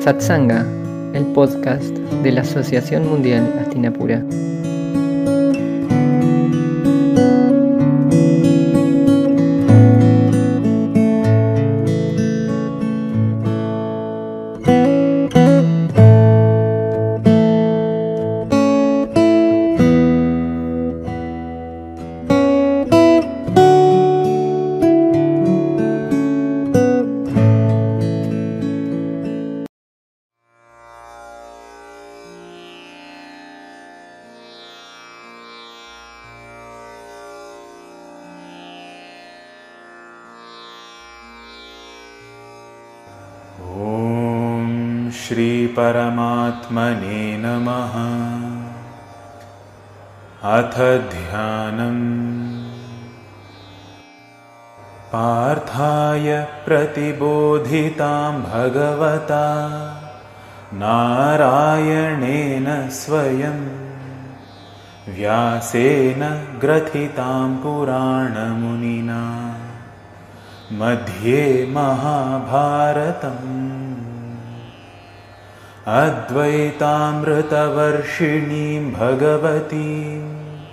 Satsanga, el podcast de la Asociación Mundial Hastinapura. श्री परमात्मने नमः। अथ ध्यानम्। पार्थाय प्रतिबोधितां भगवता नारायणेन स्वयं व्यासेन ग्रथितां पुराणमुनिना मध्ये महाभारतम् अद्वैतामृतवर्षिणीं भगवतीम्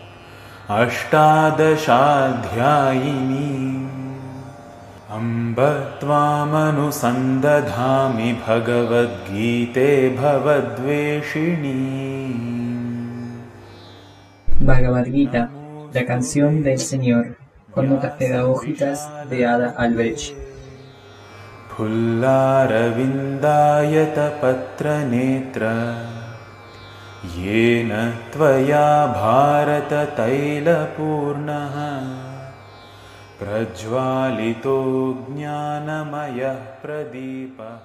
अष्टादशाध्यायिनीम् अम्ब त्वामनुसन्दधामि भगवद्गीते भवद्वेषिणीम्। Bhagavad Gita, la canción del Señor, con notas pedagógicas de Ada Albrecht. फुल्लारविन्दायतपत्रनेत्र येन त्वया भारततैलपूर्णः प्रज्वालितो ज्ञानमयः प्रदीपः।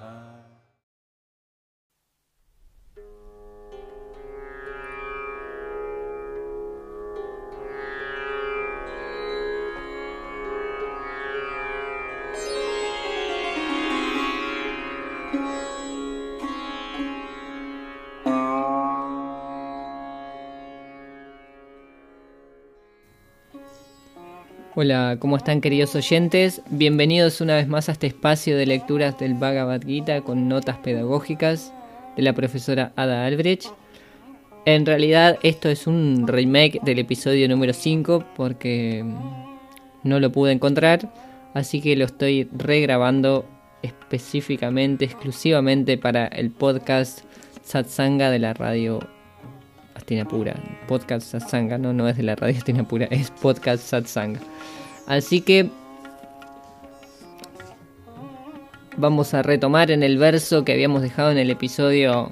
Hola, ¿cómo están, queridos oyentes? Bienvenidos una vez más a este espacio de lecturas del Bhagavad Gita con notas pedagógicas de la profesora Ada Albrecht. En realidad esto es un remake del episodio número 5 porque no lo pude encontrar, así que lo estoy regrabando específicamente, exclusivamente para el podcast Satsanga de la radio Hastinapura. Podcast Satsanga, no es de la radio Hastinapura, es podcast Satsanga. Así que vamos a retomar en el verso que habíamos dejado en el episodio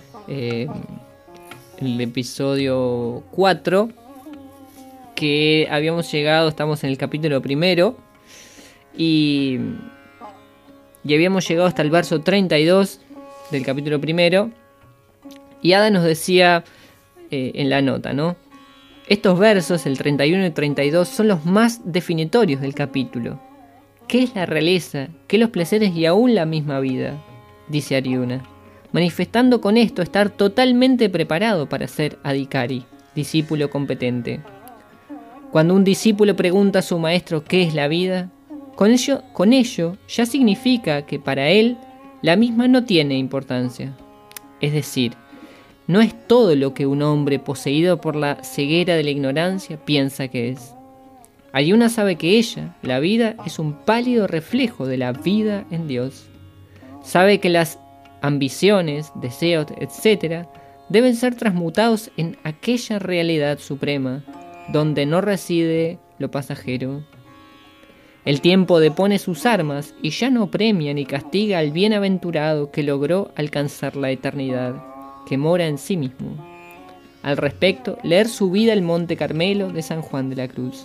4, que habíamos llegado, estamos en el capítulo primero y habíamos llegado hasta el verso 32 del capítulo primero, y Ada nos decía en la nota, ¿no? Estos versos, el 31 y 32, son los más definitorios del capítulo. ¿Qué es la realeza? ¿Qué los placeres y aún la misma vida? Dice Arjuna, manifestando con esto estar totalmente preparado para ser adhikari, discípulo competente. Cuando un discípulo pregunta a su maestro ¿qué es la vida? Con ello ya significa que para él la misma no tiene importancia. Es decir, no es todo lo que un hombre poseído por la ceguera de la ignorancia piensa que es. Arjuna sabe que ella, la vida, es un pálido reflejo de la vida en Dios. Sabe que las ambiciones, deseos, etc., deben ser transmutados en aquella realidad suprema, donde no reside lo pasajero. El tiempo depone sus armas y ya no premia ni castiga al bienaventurado que logró alcanzar la eternidad, que mora en sí mismo. Al respecto, leer su vida El Monte Carmelo de San Juan de la Cruz.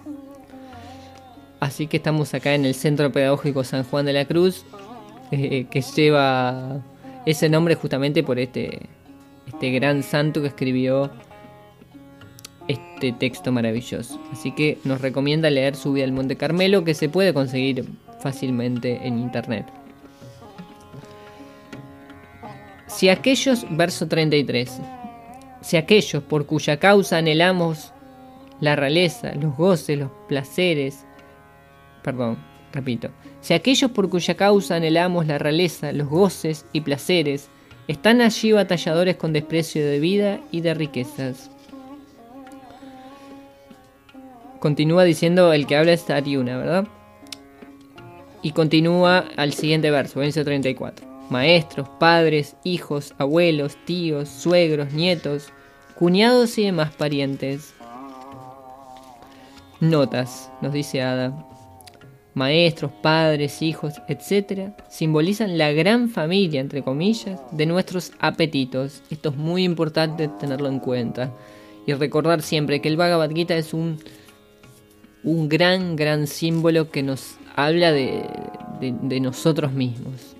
Así que estamos acá en el Centro Pedagógico San Juan de la Cruz, que lleva ese nombre justamente por este gran santo que escribió este texto maravilloso. Así que nos recomienda leer su vida El Monte Carmelo, que se puede conseguir fácilmente en internet. Si aquellos, verso 33, si aquellos por cuya causa anhelamos la realeza, los goces, los placeres, Repito, si aquellos por cuya causa anhelamos la realeza, los goces y placeres, están allí batalladores con desprecio de vida y de riquezas. Continúa diciendo, el que habla es Aryuna, ¿verdad? Y continúa al siguiente verso, verso 34. Maestros, padres, hijos, abuelos, tíos, suegros, nietos, cuñados y demás parientes. Notas, nos dice Ada. Maestros, padres, hijos, etc. simbolizan la gran familia, entre comillas, de nuestros apetitos. Esto es muy importante tenerlo en cuenta. Y recordar siempre que el Bhagavad Gita es un gran símbolo que nos habla de nosotros mismos.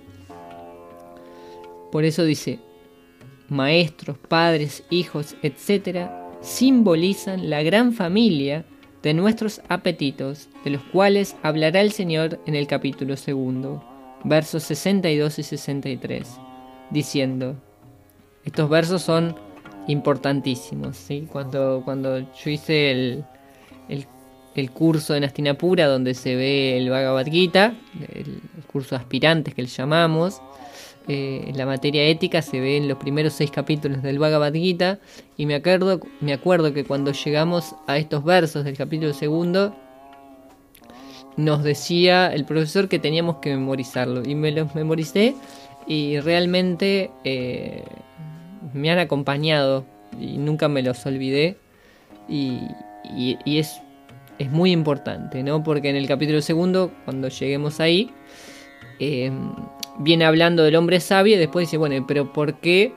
Por eso dice, maestros, padres, hijos, etc. simbolizan la gran familia de nuestros apetitos, de los cuales hablará el Señor en el capítulo 2, versos 62 y 63, diciendo, estos versos son importantísimos, ¿sí? Cuando yo hice el curso en Hastinapura, donde se ve el Bhagavad Gita, el curso de aspirantes que le llamamos, en la materia ética se ve en los primeros 6 capítulos del Bhagavad Gita, y me acuerdo que cuando llegamos a estos versos del capítulo 2, nos decía el profesor que teníamos que memorizarlo, y me los memoricé, y realmente me han acompañado, y nunca me los olvidé, y es muy importante, ¿no? Porque en el capítulo 2, cuando lleguemos ahí, viene hablando del hombre sabio y después dice, bueno, pero ¿por qué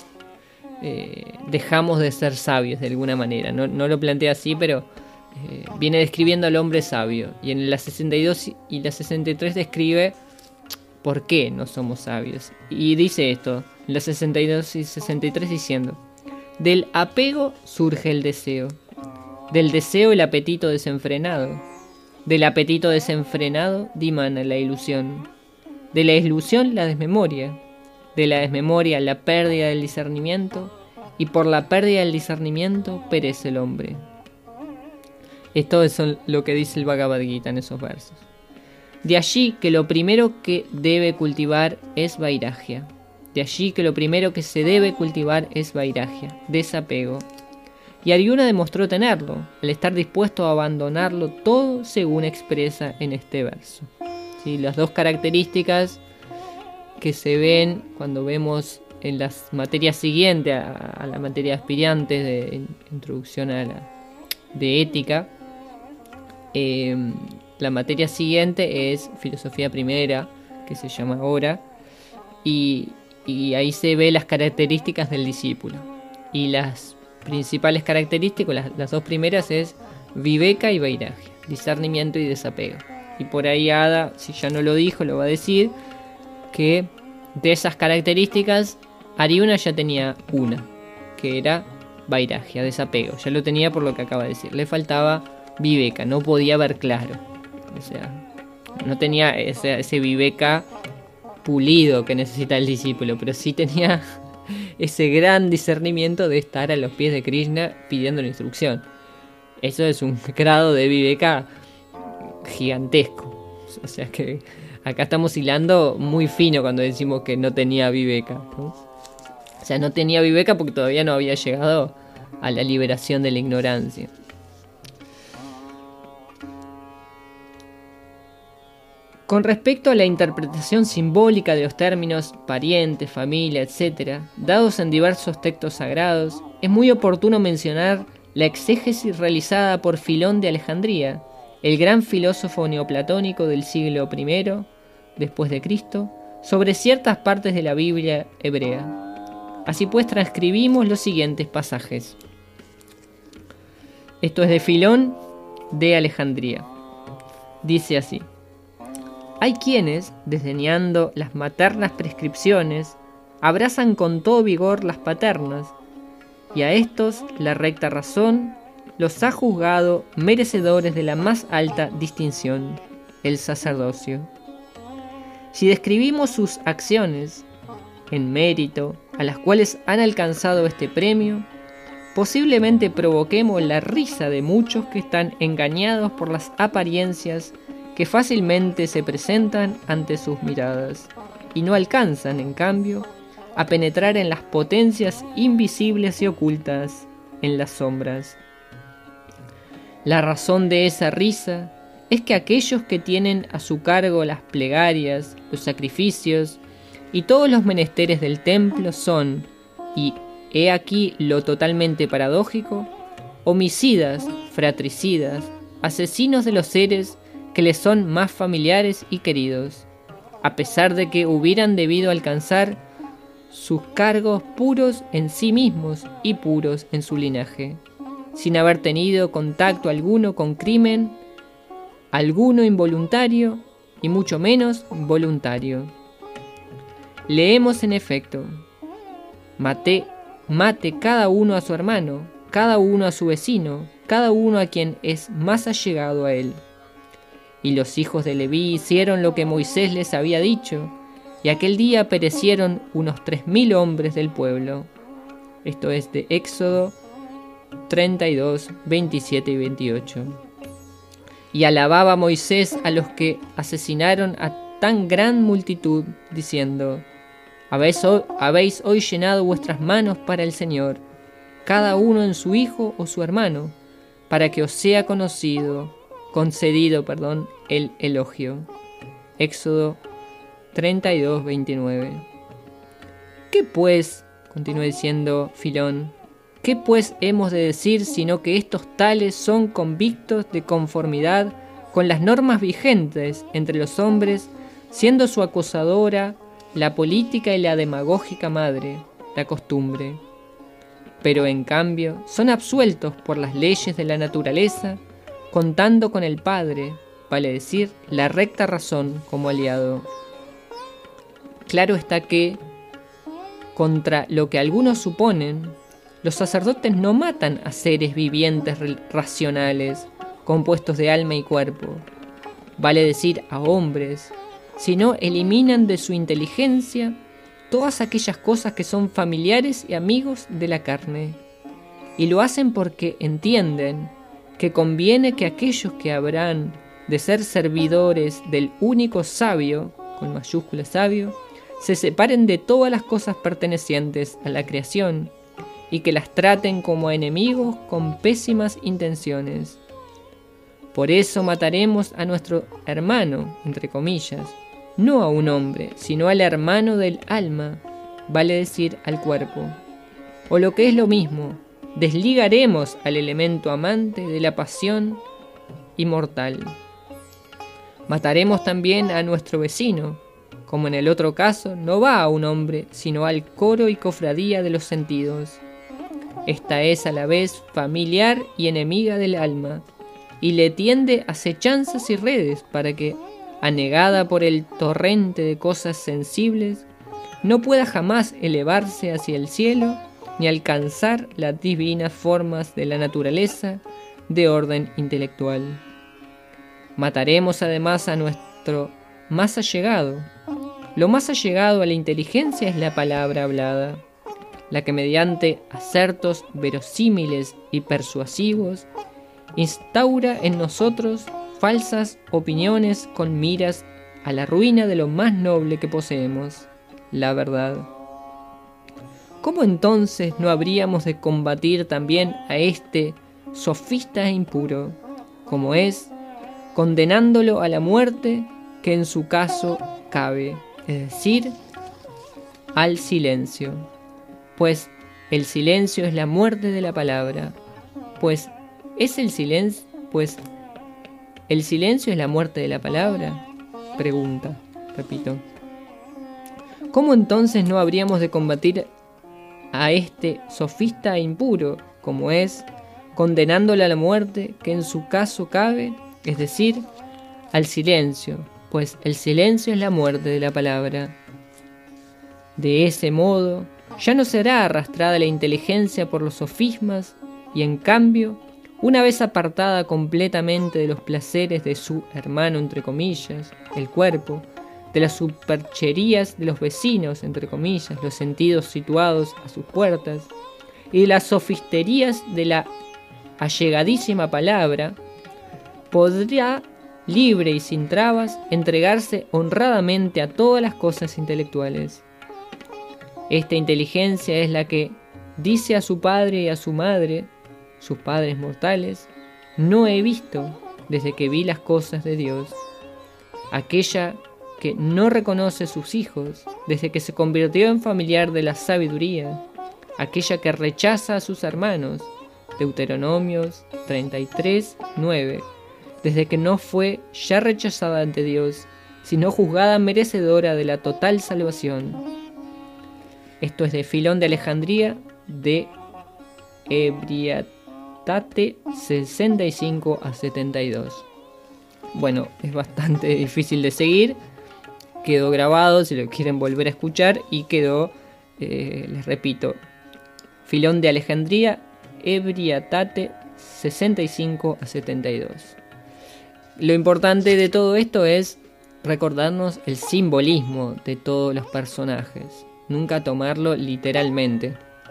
dejamos de ser sabios de alguna manera? No lo plantea así, pero viene describiendo al hombre sabio. Y en la 62 y la 63 describe por qué no somos sabios. Y dice esto, en la 62 y 63 diciendo, del apego surge el deseo, del deseo el apetito desenfrenado, del apetito desenfrenado dimana la ilusión, de la ilusión la desmemoria, de la desmemoria la pérdida del discernimiento, y por la pérdida del discernimiento perece el hombre. Esto es lo que dice el Bhagavad Gita en esos versos. De allí que lo primero que debe cultivar es vairagya. De allí que lo primero que se debe cultivar es vairagya, desapego. Y Aryuna demostró tenerlo, al estar dispuesto a abandonarlo todo según expresa en este verso. ¿Sí? Las dos características que se ven cuando vemos en las materias siguientes a la materia de aspirantes de introducción de ética, la materia siguiente es filosofía primera, que se llama ahora, y ahí se ve las características del discípulo. Y las principales características, las dos primeras es viveka y vairagya, discernimiento y desapego. Y por ahí Ada, si ya no lo dijo, lo va a decir, que de esas características Aryuna ya tenía una, que era vairagya, desapego. Ya lo tenía por lo que acaba de decir. Le faltaba viveka, no podía ver claro. O sea, no tenía ese viveka pulido que necesita el discípulo, pero sí tenía ese gran discernimiento de estar a los pies de Krishna pidiendo la instrucción. Eso es un grado de viveka gigantesco. O sea que acá estamos hilando muy fino cuando decimos que no tenía viveka, ¿no? O sea, no tenía viveka porque todavía no había llegado a la liberación de la ignorancia. Con respecto a la interpretación simbólica de los términos pariente, familia, etc., dados en diversos textos sagrados, es muy oportuno mencionar la exégesis realizada por Filón de Alejandría, el gran filósofo neoplatónico del siglo I después de Cristo, sobre ciertas partes de la Biblia hebrea. Así pues, transcribimos los siguientes pasajes. Esto es de Filón de Alejandría. Dice así: hay quienes, desdeñando las maternas prescripciones, abrazan con todo vigor las paternas, y a estos la recta razón los ha juzgado merecedores de la más alta distinción, el sacerdocio. Si describimos sus acciones en mérito a las cuales han alcanzado este premio, posiblemente provoquemos la risa de muchos que están engañados por las apariencias que fácilmente se presentan ante sus miradas, y no alcanzan, en cambio, a penetrar en las potencias invisibles y ocultas en las sombras. La razón de esa risa es que aquellos que tienen a su cargo las plegarias, los sacrificios y todos los menesteres del templo son, y he aquí lo totalmente paradójico, homicidas, fratricidas, asesinos de los seres que les son más familiares y queridos, a pesar de que hubieran debido alcanzar sus cargos puros en sí mismos y puros en su linaje, sin haber tenido contacto alguno con crimen, alguno involuntario y mucho menos voluntario. Leemos en efecto: mate cada uno a su hermano, cada uno a su vecino, cada uno a quien es más allegado a él. Y los hijos de Leví hicieron lo que Moisés les había dicho, y aquel día perecieron unos 3000 hombres del pueblo. Esto es de Éxodo 32, 27 y 28. Y alababa Moisés a los que asesinaron a tan gran multitud, diciendo: habéis hoy llenado vuestras manos para el Señor, cada uno en su hijo o su hermano, para que os sea concedido el elogio. Éxodo 32, 29. ¿Qué pues? Continúa diciendo Filón. ¿Qué pues hemos de decir sino que estos tales son convictos de conformidad con las normas vigentes entre los hombres, siendo su acosadora la política y la demagógica madre, la costumbre? Pero en cambio son absueltos por las leyes de la naturaleza, contando con el Padre, vale decir, la recta razón como aliado. Claro está que, contra lo que algunos suponen, los sacerdotes no matan a seres vivientes racionales, compuestos de alma y cuerpo, vale decir a hombres, sino eliminan de su inteligencia todas aquellas cosas que son familiares y amigos de la carne, y lo hacen porque entienden que conviene que aquellos que habrán de ser servidores del único sabio, con mayúscula sabio, se separen de todas las cosas pertenecientes a la creación y que las traten como enemigos con pésimas intenciones. Por eso mataremos a nuestro hermano, entre comillas, no a un hombre, sino al hermano del alma, vale decir al cuerpo. O lo que es lo mismo, desligaremos al elemento amante de la pasión inmortal. Mataremos también a nuestro vecino, como en el otro caso no va a un hombre, sino al coro y cofradía de los sentidos. Esta es a la vez familiar y enemiga del alma, y le tiende acechanzas y redes para que, anegada por el torrente de cosas sensibles, no pueda jamás elevarse hacia el cielo ni alcanzar las divinas formas de la naturaleza de orden intelectual. Mataremos además a nuestro más allegado. Lo más allegado a la inteligencia es la palabra hablada, la que mediante acertos verosímiles y persuasivos instaura en nosotros falsas opiniones con miras a la ruina de lo más noble que poseemos, la verdad. ¿Cómo entonces no habríamos de combatir también a este sofista impuro, como es, condenándolo a la muerte que en su caso cabe, es decir, al silencio? Pues el silencio es la muerte de la palabra. ¿El silencio es la muerte de la palabra? Pregunta, repito. ¿Cómo entonces no habríamos de combatir a este sofista impuro, como es, condenándole a la muerte que en su caso cabe, es decir, al silencio, pues el silencio es la muerte de la palabra? De ese modo, ya no será arrastrada la inteligencia por los sofismas, y en cambio, una vez apartada completamente de los placeres de su hermano, entre comillas, el cuerpo, de las supercherías de los vecinos, entre comillas, los sentidos situados a sus puertas, y de las sofisterías de la allegadísima palabra, podrá libre y sin trabas, entregarse honradamente a todas las cosas intelectuales. Esta inteligencia es la que dice a su padre y a su madre, sus padres mortales: no he visto desde que vi las cosas de Dios. Aquella que no reconoce sus hijos desde que se convirtió en familiar de la sabiduría. Aquella que rechaza a sus hermanos, Deuteronomios 33:9, desde que no fue ya rechazada ante Dios, sino juzgada merecedora de la total salvación. Esto es de Filón de Alejandría, de Ebriatate 65 a 72. Bueno, es bastante difícil de seguir. Quedó grabado si lo quieren volver a escuchar y quedó, les repito, Filón de Alejandría, Ebriatate 65 a 72. Lo importante de todo esto es recordarnos el simbolismo de todos los personajes, nunca tomarlo literalmente.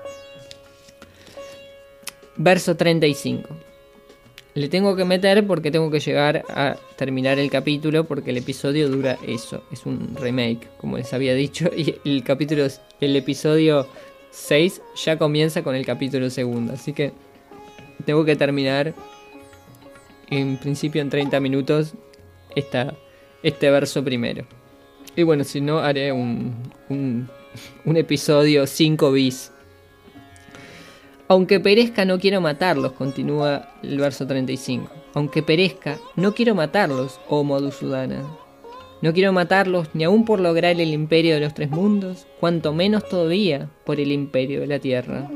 Verso 35. Le tengo que meter porque tengo que llegar a terminar el capítulo, porque el episodio dura eso. Es un remake, como les había dicho, y el episodio 6 ya comienza con el capítulo 2. Así que tengo que terminar en principio en 30 minutos este verso primero. Y bueno, si no, haré un episodio 5 bis. Aunque perezca no quiero matarlos, continúa el verso 35. Aunque perezca, no quiero matarlos, oh Madhusudana. No quiero matarlos ni aun por lograr el imperio de los 3 mundos, cuanto menos todavía por el imperio de la tierra.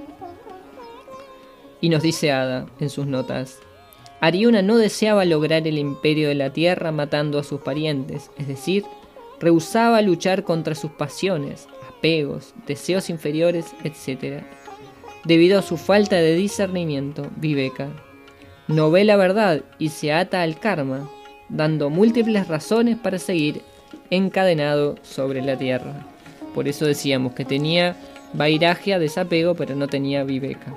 Y nos dice Ada en sus notas: Aryuna no deseaba lograr el imperio de la tierra matando a sus parientes, es decir, rehusaba luchar contra sus pasiones, apegos, deseos inferiores, etc. Debido a su falta de discernimiento, Viveka no ve la verdad y se ata al karma, dando múltiples razones para seguir encadenado sobre la tierra. Por eso decíamos que tenía vairagya, desapego, pero no tenía Viveka.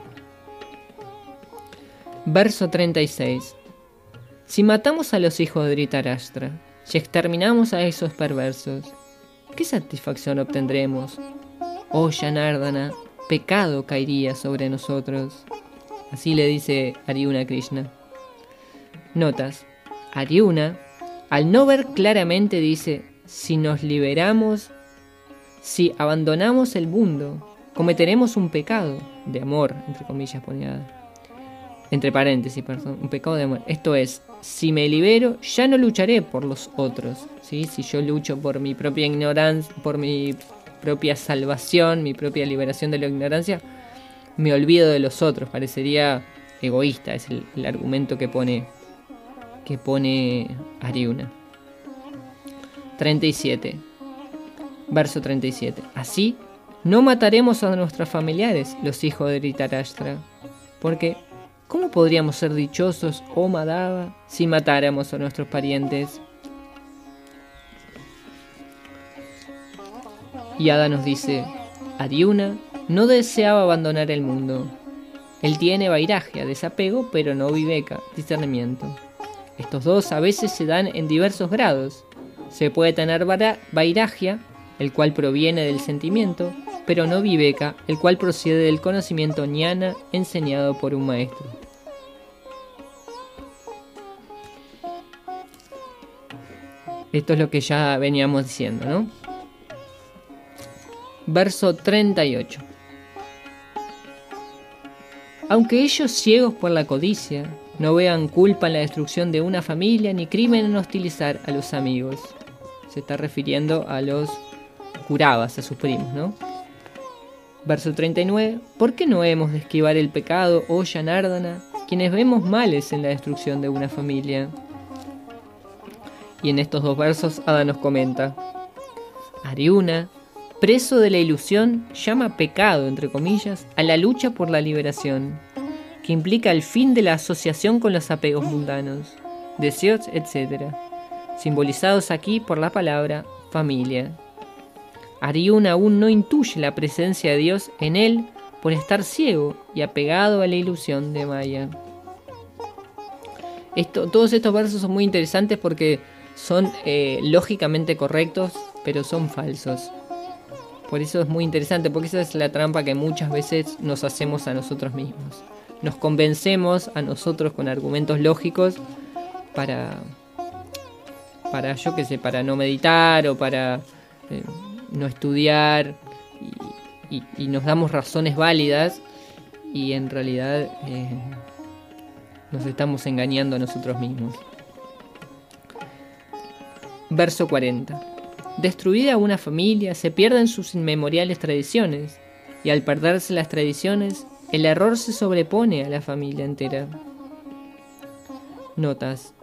Verso 36. Si matamos a los hijos de Dhritarashtra, si exterminamos a esos perversos, ¿qué satisfacción obtendremos? Oh Janardana, pecado caería sobre nosotros. Así le dice Aryuna a Krishna. Notas: Aryuna, al no ver claramente, dice: si nos liberamos, si abandonamos el mundo, cometeremos un pecado de amor, entre comillas ponía, entre paréntesis, perdón, un pecado de amor. Esto es, si me libero, ya no lucharé por los otros, ¿sí? Si yo lucho por mi propia ignorancia, por mi propia salvación, mi propia liberación de la ignorancia, me olvido de los otros. Parecería egoísta, es el argumento que pone Aryuna. 37. Verso 37. Así, no mataremos a nuestros familiares, los hijos de Dhritarashtra, porque ¿cómo podríamos ser dichosos, oh Madhava, si matáramos a nuestros parientes? Y Ada nos dice: Aryuna no deseaba abandonar el mundo. Él tiene vairagya, desapego, pero no viveka, discernimiento. Estos dos a veces se dan en diversos grados. Se puede tener vairagya, el cual proviene del sentimiento, pero no viveka, el cual procede del conocimiento jnana enseñado por un maestro. Esto es lo que ya veníamos diciendo, ¿no? Verso 38. Aunque ellos, ciegos por la codicia, no vean culpa en la destrucción de una familia ni crimen en hostilizar a los amigos. Se está refiriendo a los Kuravas, a sus primos, ¿no? Verso 39. ¿Por qué no hemos de esquivar el pecado, oh Janardana, quienes vemos males en la destrucción de una familia? Y en estos dos versos Ada nos comenta: Aryuna, preso de la ilusión, llama pecado, entre comillas, a la lucha por la liberación, que implica el fin de la asociación con los apegos mundanos, deseos, etc., simbolizados aquí por la palabra familia. Aryuna aún no intuye la presencia de Dios en él por estar ciego y apegado a la ilusión de Maya. Todos estos versos son muy interesantes porque son lógicamente correctos, pero son falsos. Por eso es muy interesante, porque esa es la trampa que muchas veces nos hacemos a nosotros mismos. Nos convencemos a nosotros con argumentos lógicos para yo qué sé, para no meditar o para no estudiar y nos damos razones válidas y en realidad nos estamos engañando a nosotros mismos. Verso 40. Destruida una familia, se pierden sus inmemoriales tradiciones, y al perderse las tradiciones, el error se sobrepone a la familia entera. Notas.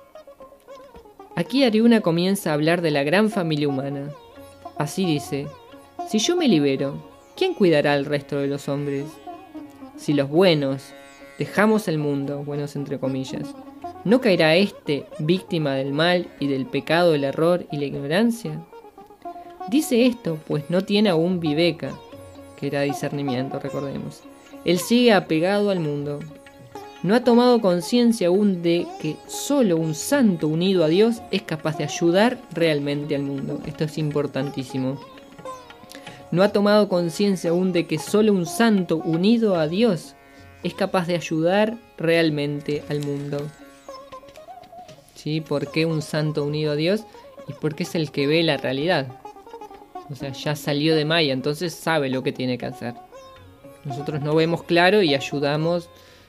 Aquí Arjuna comienza a hablar de la gran familia humana. Así dice: si yo me libero, ¿quién cuidará al resto de los hombres? Si los buenos dejamos el mundo, buenos entre comillas, ¿no caerá éste víctima del mal y del pecado, el error y la ignorancia? Dice esto, pues no tiene aún viveka, que era discernimiento, recordemos. Él sigue apegado al mundo. No ha tomado conciencia aún de que solo un santo unido a Dios es capaz de ayudar realmente al mundo. Esto es importantísimo. No ha tomado conciencia aún de que solo un santo unido a Dios es capaz de ayudar realmente al mundo. ¿Sí? ¿Por qué un santo unido a Dios? Y porque es el que ve la realidad. O sea, ya salió de Maya, entonces sabe lo que tiene que hacer. Nosotros no vemos claro y ayudamos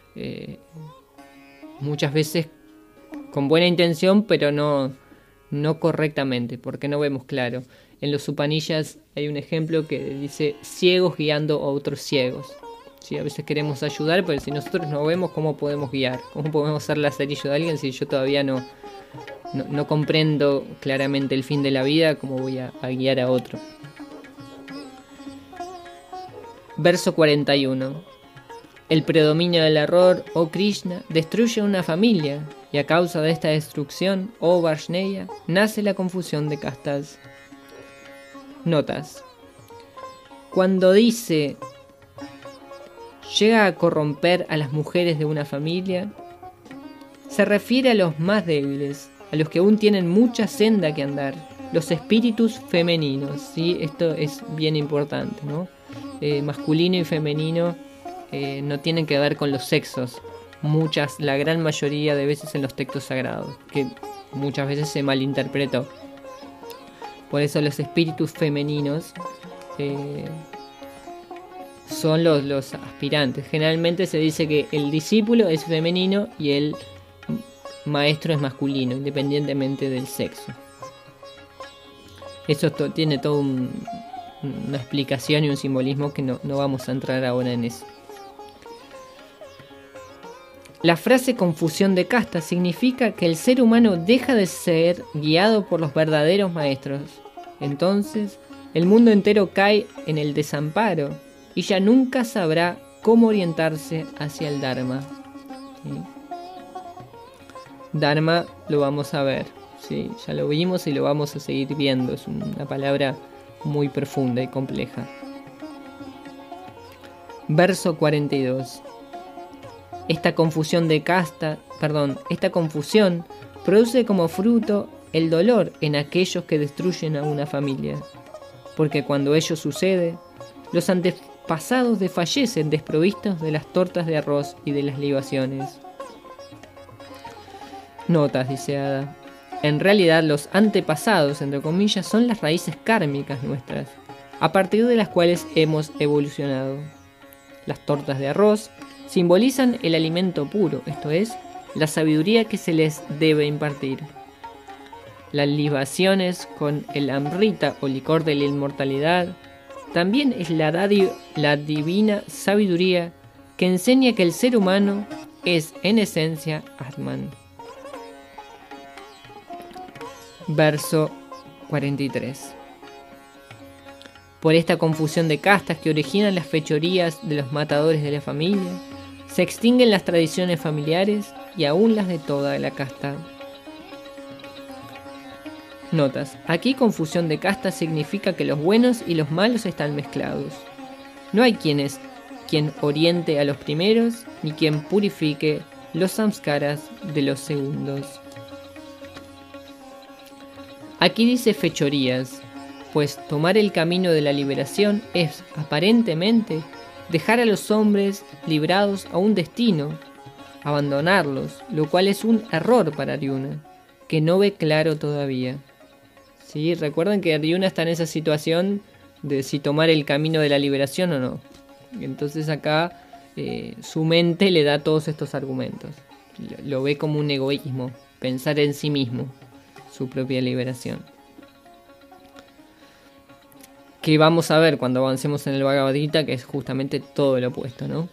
muchas veces con buena intención, pero no correctamente, porque no vemos claro. En los Upanishads hay un ejemplo que dice ciegos guiando a otros ciegos. ¿Sí? A veces queremos ayudar, pero si nosotros no vemos, ¿cómo podemos guiar? ¿Cómo podemos ser lazarillo de alguien si yo todavía no comprendo claramente el fin de la vida? ¿Cómo voy a guiar a otro? Verso 41. El predominio del error, oh Krishna, destruye una familia, y a causa de esta destrucción, oh Varshnaya, nace la confusión de castas. Notas. Cuando dice llega a corromper a las mujeres de una familia, se refiere a los más débiles, a los que aún tienen mucha senda que andar, los espíritus femeninos, ¿sí? Esto es bien importante, ¿no? Masculino y femenino no tienen que ver con los sexos, la gran mayoría de veces en los textos sagrados, que muchas veces se malinterpretó. Por eso los espíritus femeninos son los aspirantes. Generalmente se dice que el discípulo es femenino y el maestro es masculino, independientemente del sexo. Eso tiene toda una explicación y un simbolismo que no vamos a entrar ahora en eso. La frase confusión de casta significa que el ser humano deja de ser guiado por los verdaderos maestros. Entonces, el mundo entero cae en el desamparo y ya nunca sabrá cómo orientarse hacia el Dharma. ¿Sí? Dharma lo vamos a ver, ¿sí? Ya lo vimos y lo vamos a seguir viendo. Es una palabra muy profunda y compleja. Verso 42. Esta confusión produce como fruto el dolor en aquellos que destruyen a una familia, porque cuando ello sucede, los antepasados desfallecen desprovistos de las tortas de arroz y de las libaciones. Notas, dice Ada. En realidad los antepasados, entre comillas, son las raíces kármicas nuestras, a partir de las cuales hemos evolucionado. Las tortas de arroz simbolizan el alimento puro, esto es, la sabiduría que se les debe impartir. Las libaciones con el amrita o licor de la inmortalidad también es la divina sabiduría que enseña que el ser humano es en esencia Atman. Verso 43. Por esta confusión de castas que originan las fechorías de los matadores de la familia, se extinguen las tradiciones familiares y aún las de toda la casta. Notas. Aquí confusión de castas significa que los buenos y los malos están mezclados. No hay quien oriente a los primeros ni quien purifique los samskaras de los segundos. Aquí dice fechorías, pues tomar el camino de la liberación es, aparentemente, dejar a los hombres librados a un destino, abandonarlos, lo cual es un error para Aryuna, que no ve claro todavía. ¿Sí? Recuerden que Aryuna está en esa situación de si tomar el camino de la liberación o no. Entonces acá su mente le da todos estos argumentos. Lo ve como un egoísmo, pensar en sí mismo, su propia liberación. Que vamos a ver cuando avancemos en el Bhagavad Gita, que es justamente todo lo opuesto, ¿no?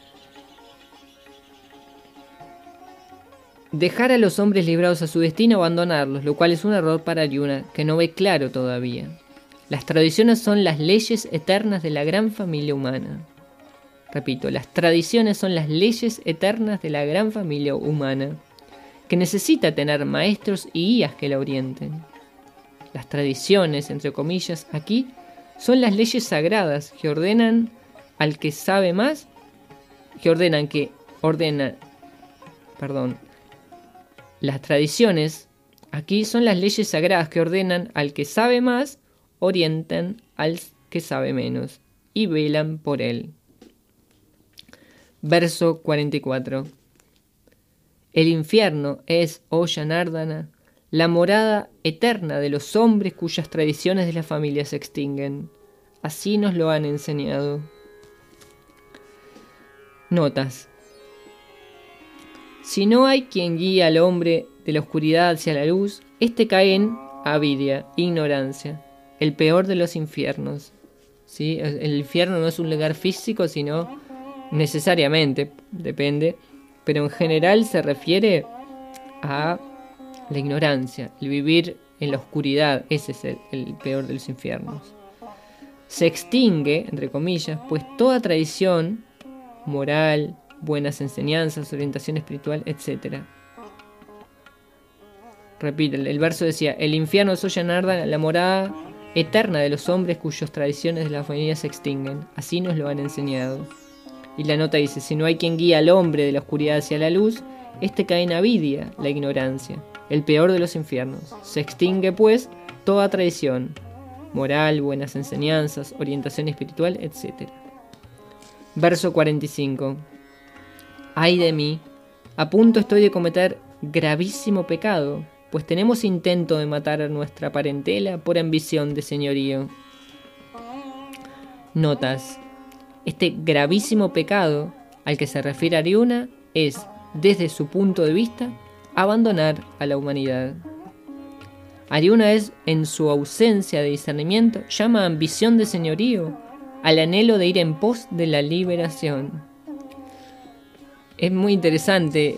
Dejar a los hombres librados a su destino, abandonarlos, lo cual es un error para Aryuna, que no ve claro todavía. Las tradiciones son las leyes eternas de la gran familia humana. Repito, las tradiciones son las leyes eternas de la gran familia humana, que necesita tener maestros y guías que la orienten. Las tradiciones, entre comillas, aquí, son las leyes sagradas que ordenan al que sabe más, Las tradiciones aquí son las leyes sagradas que ordenan al que sabe más, orientan al que sabe menos y velan por él. Verso 44. El infierno es, oh Janardana, la morada eterna de los hombres cuyas tradiciones de la familia se extinguen. Así nos lo han enseñado. Notas. Si no hay quien guíe al hombre de la oscuridad hacia la luz, éste cae en avidia, ignorancia, el peor de los infiernos. ¿Sí? El infierno no es un lugar físico, sino necesariamente, depende, pero en general se refiere a la ignorancia, el vivir en la oscuridad. Ese es el peor de los infiernos. Se extingue, entre comillas, pues toda tradición moral, buenas enseñanzas, orientación espiritual, etc. Repite, el verso decía: el infierno es, oh Janardana, la morada eterna de los hombres cuyas tradiciones de la familia se extinguen. Así nos lo han enseñado. Y la nota dice: si no hay quien guíe al hombre de la oscuridad hacia la luz, este cae en avidia, la ignorancia, el peor de los infiernos. Se extingue, pues, toda tradición moral, buenas enseñanzas, orientación espiritual, etc. Verso 45. Ay de mí, a punto estoy de cometer gravísimo pecado, pues tenemos intento de matar a nuestra parentela por ambición de señorío. Notas. Este gravísimo pecado al que se refiere Aryuna es, desde su punto de vista, abandonar a la humanidad. Aryuna es, en su ausencia de discernimiento, llama ambición de señorío al anhelo de ir en pos de la liberación. Es muy interesante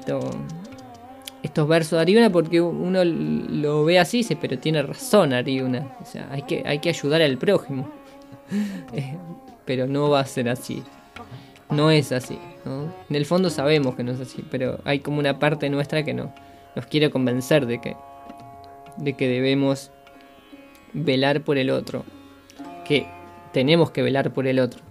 estos versos de Aryuna, porque uno lo ve así y dice, pero tiene razón Aryuna, o sea, hay que ayudar al prójimo. Pero no va a ser así, no es así, ¿no? En el fondo sabemos que no es así, pero hay como una parte nuestra que nos quiere convencer de que debemos velar por el otro, que tenemos que velar por el otro.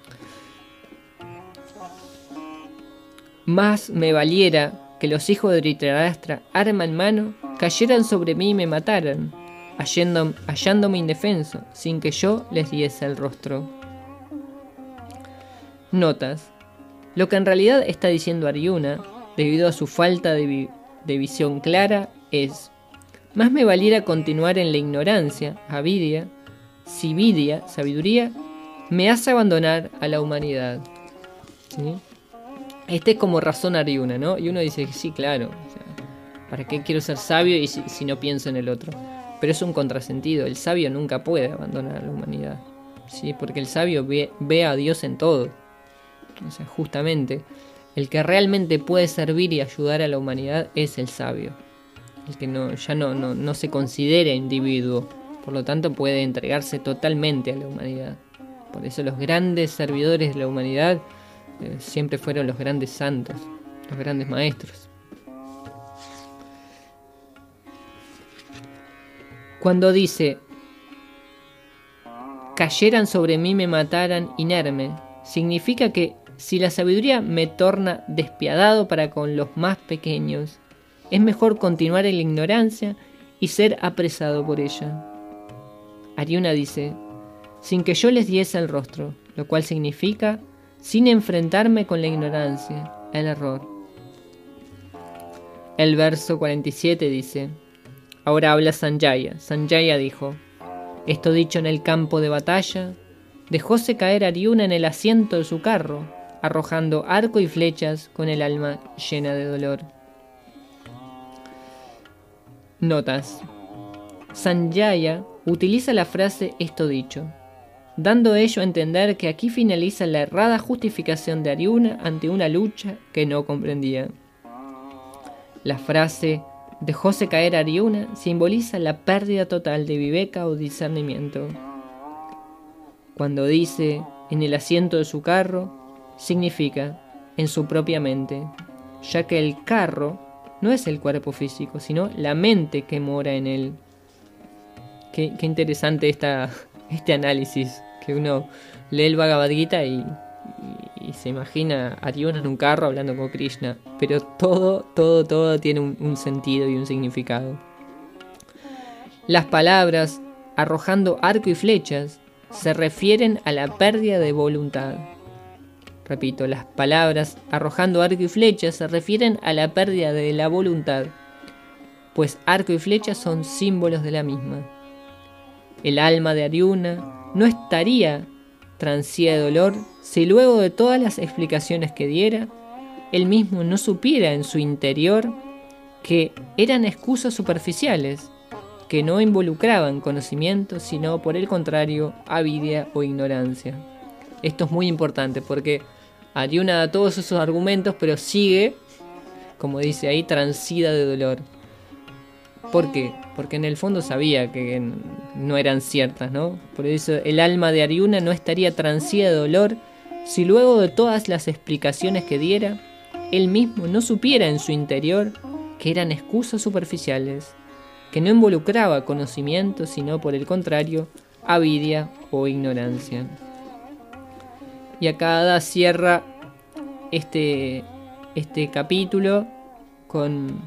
Más me valiera que los hijos de Dhritarashtra, arma en mano, cayeran sobre mí y me mataran, hallándome indefenso, sin que yo les diese el rostro. Notas. Lo que en realidad está diciendo Aryuna, debido a su falta de visión clara, es: más me valiera continuar en la ignorancia, avidia, si vidya, sabiduría, me hace abandonar a la humanidad. ¿Sí? Este es como razón Aryuna, ¿no? Y uno dice, sí, claro, o sea, ¿para qué quiero ser sabio y si no pienso en el otro? Pero es un contrasentido, el sabio nunca puede abandonar a la humanidad, ¿sí? Porque el sabio ve a Dios en todo. O sea, justamente, el que realmente puede servir y ayudar a la humanidad es el sabio. El que ya no se considera individuo, por lo tanto puede entregarse totalmente a la humanidad. Por eso los grandes servidores de la humanidad siempre fueron los grandes santos, los grandes maestros. Cuando dice cayeran sobre mí, me mataran inerme, significa que si la sabiduría me torna despiadado para con los más pequeños, es mejor continuar en la ignorancia y ser apresado por ella. Aryuna dice, sin que yo les diese el rostro, lo cual significa sin enfrentarme con la ignorancia, el error. El verso 47 dice, ahora habla Sanjaya. Sanjaya dijo, esto dicho en el campo de batalla, dejóse caer Aryuna en el asiento de su carro, arrojando arco y flechas con el alma llena de dolor. Notas. Sanjaya utiliza la frase esto dicho, dando ello a entender que aquí finaliza la errada justificación de Aryuna ante una lucha que no comprendía. La frase dejóse caer Aryuna simboliza la pérdida total de viveka o discernimiento. Cuando dice en el asiento de su carro, significa en su propia mente, ya que el carro no es el cuerpo físico, sino la mente que mora en él. Qué interesante este análisis, que uno lee el Bhagavad Gita y se imagina a Aryuna en un carro hablando con Krishna, pero todo tiene un sentido y un significado. Las palabras arrojando arco y flechas se refieren a la pérdida de voluntad. Repito, las palabras arrojando arco y flechas se refieren a la pérdida de la voluntad, pues arco y flecha son símbolos de la misma. El alma de Aryuna no estaría transida de dolor si luego de todas las explicaciones que diera, él mismo no supiera en su interior que eran excusas superficiales, que no involucraban conocimiento, sino por el contrario, avidia o ignorancia. Esto es muy importante porque Aryuna da todos esos argumentos, pero sigue, como dice ahí, transida de dolor. ¿Por qué? Porque en el fondo sabía que no eran ciertas, ¿no? Por eso el alma de Aryuna no estaría transida de dolor si luego de todas las explicaciones que diera, él mismo no supiera en su interior que eran excusas superficiales, que no involucraba conocimiento, sino por el contrario, avidia o ignorancia. Y acá Ada cierra este capítulo con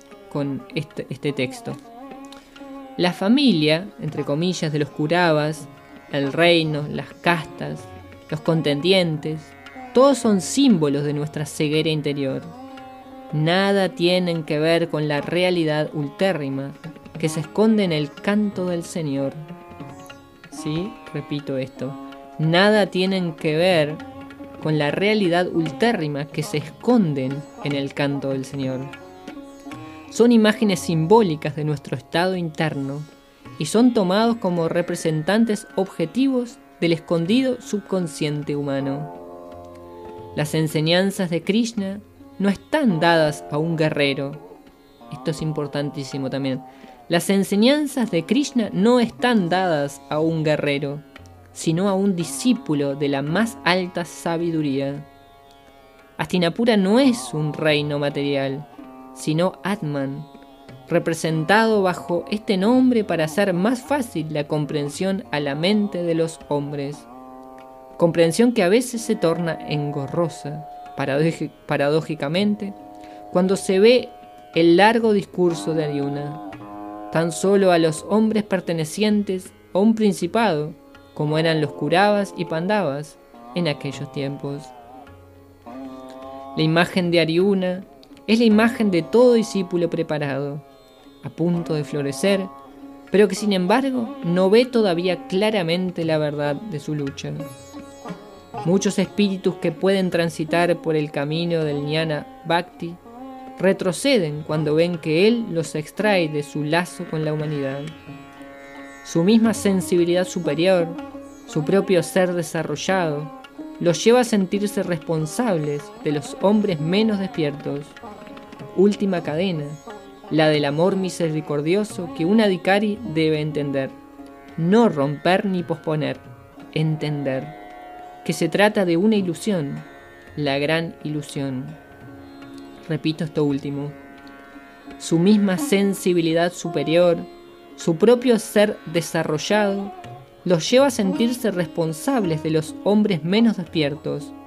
este texto. La familia, entre comillas, de los Kauravas, el reino, las castas, los contendientes, todos son símbolos de nuestra ceguera interior. Nada tienen que ver con la realidad ultérrima que se esconde en el canto del Señor. ¿Sí? Repito esto. Nada tienen que ver con la realidad ultérrima que se esconden en el canto del Señor. Son imágenes simbólicas de nuestro estado interno y son tomados como representantes objetivos del escondido subconsciente humano. Las enseñanzas de Krishna no están dadas a un guerrero. Esto es importantísimo también. Las enseñanzas de Krishna no están dadas a un guerrero, sino a un discípulo de la más alta sabiduría. Hastinapura no es un reino material, sino Atman, representado bajo este nombre para hacer más fácil la comprensión a la mente de los hombres. Comprensión que a veces se torna engorrosa, paradójicamente, cuando se ve el largo discurso de Aryuna, tan solo a los hombres pertenecientes a un principado, como eran los Kauravas y Pandavas en aquellos tiempos. La imagen de Aryuna es la imagen de todo discípulo preparado, a punto de florecer, pero que sin embargo no ve todavía claramente la verdad de su lucha. Muchos espíritus que pueden transitar por el camino del Jnana Bhakti retroceden cuando ven que él los extrae de su lazo con la humanidad. Su misma sensibilidad superior, su propio ser desarrollado, los lleva a sentirse responsables de los hombres menos despiertos. Última cadena, la del amor misericordioso que un adhikari debe entender. No romper ni posponer, entender. Que se trata de una ilusión, la gran ilusión. Repito esto último. Su misma sensibilidad superior, su propio ser desarrollado, los lleva a sentirse responsables de los hombres menos despiertos.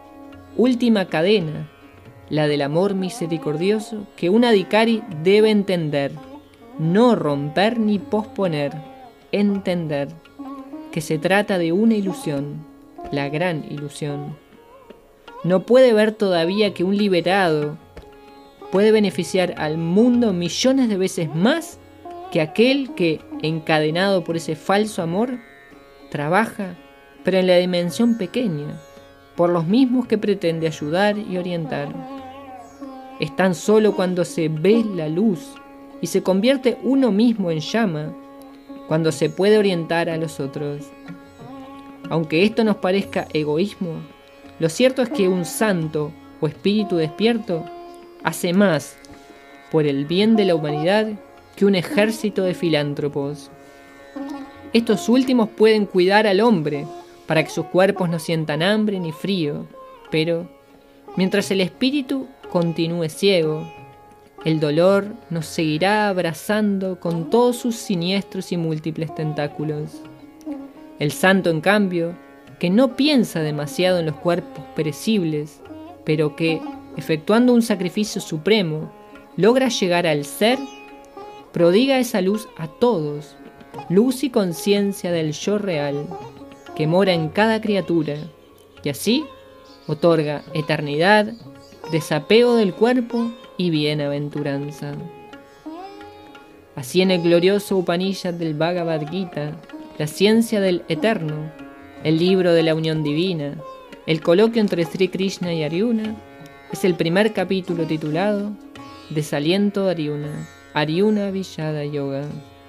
última cadena, la del amor misericordioso, que un adhikari debe entender, no romper ni posponer, entender que se trata de una ilusión, la gran ilusión. No puede ver todavía que un liberado puede beneficiar al mundo millones de veces más que aquel que, encadenado por ese falso amor, trabaja, pero en la dimensión pequeña, por los mismos que pretende ayudar y orientar. Es tan solo cuando se ve la luz y se convierte uno mismo en llama, cuando se puede orientar a los otros. Aunque esto nos parezca egoísmo, lo cierto es que un santo o espíritu despierto hace más por el bien de la humanidad que un ejército de filántropos. Estos últimos pueden cuidar al hombre para que sus cuerpos no sientan hambre ni frío, pero mientras el espíritu continúe ciego, el dolor nos seguirá abrazando con todos sus siniestros y múltiples tentáculos. El santo, en cambio, que no piensa demasiado en los cuerpos perecibles, pero que, efectuando un sacrificio supremo, logra llegar al ser, prodiga esa luz a todos, luz y conciencia del yo real, que mora en cada criatura, y así otorga eternidad, desapego del cuerpo y bienaventuranza. Así en el glorioso Upanishad del Bhagavad Gita, la ciencia del eterno, el libro de la unión divina, el coloquio entre Sri Krishna y Arjuna, es el primer capítulo titulado Desaliento de Arjuna, Arjuna Vishada Yoga.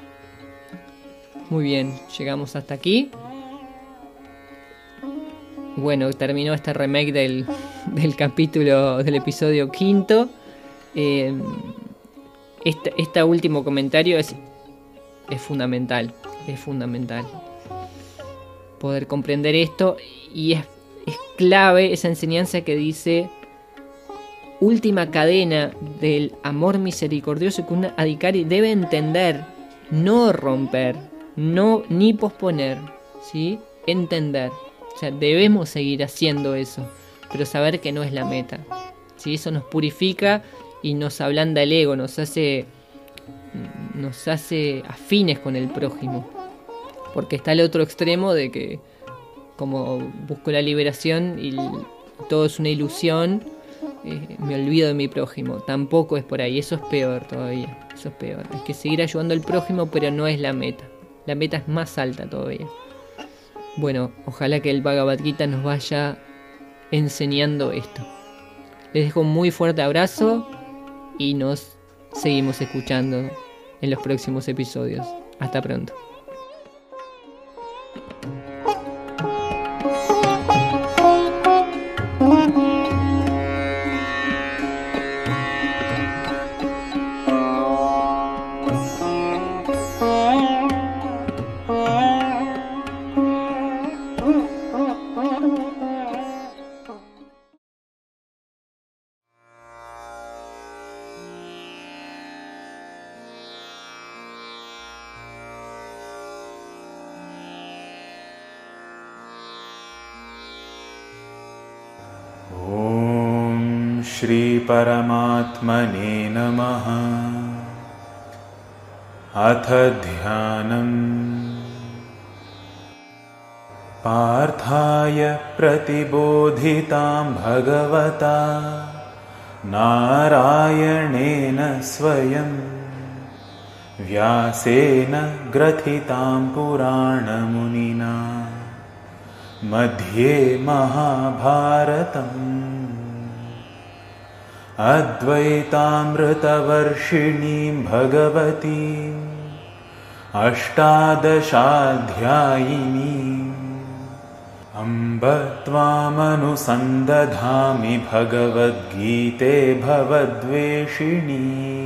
Muy bien, llegamos hasta aquí. Bueno, terminó este remake del capítulo, del episodio 5. Este último comentario es fundamental. Es fundamental poder comprender esto, y es clave esa enseñanza que dice última cadena del amor misericordioso que un adhikari debe entender, no romper, no ni posponer, ¿sí? Entender. O sea, debemos seguir haciendo eso, pero saber que no es la meta, ¿sí? Eso nos purifica y nos ablanda el ego, nos hace afines con el prójimo. Porque está el otro extremo de que, como busco la liberación y todo es una ilusión, me olvido de mi prójimo. Tampoco es por ahí, eso es peor todavía. Eso es peor. Hay que seguir ayudando al prójimo, pero no es la meta. La meta es más alta todavía. Bueno, ojalá que el Bhagavad Gita nos vaya enseñando esto. Les dejo un muy fuerte abrazo y nos seguimos escuchando en los próximos episodios. Hasta pronto. श्री परमात्मने नमः। अथ ध्यानम्। पार्थाय प्रतिबोधितां भगवता नारायणेन स्वयं व्यासेन ग्रथितां पुराणमुनिना मध्ये महाभारतम् अद्वैतामृतवर्षिणीं भगवतीम् अष्टादशाध्यायिनीम् अम्ब त्वामनुसन्दधामि भगवद्गीते भवद्वेषिणी।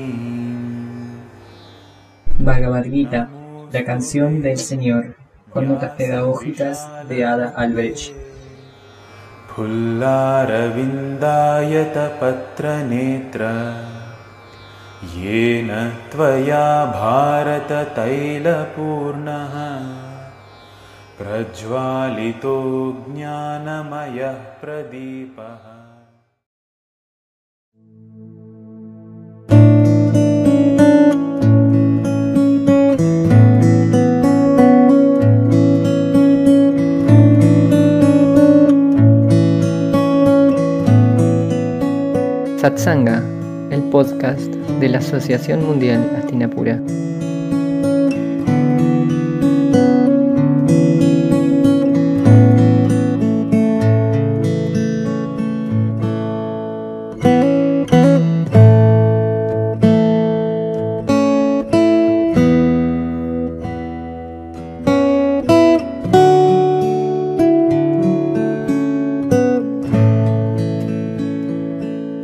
Bhagavad Gita, la canción del Señor, con notas pedagógicas de Ada Albrecht. फुल्लारविन्दायतपत्रनेत्र येन त्वया भारततैलपूर्णः प्रज्वालितो ज्ञानमयः प्रदीपः। Satsanga, el podcast de la Asociación Mundial Hastinapura.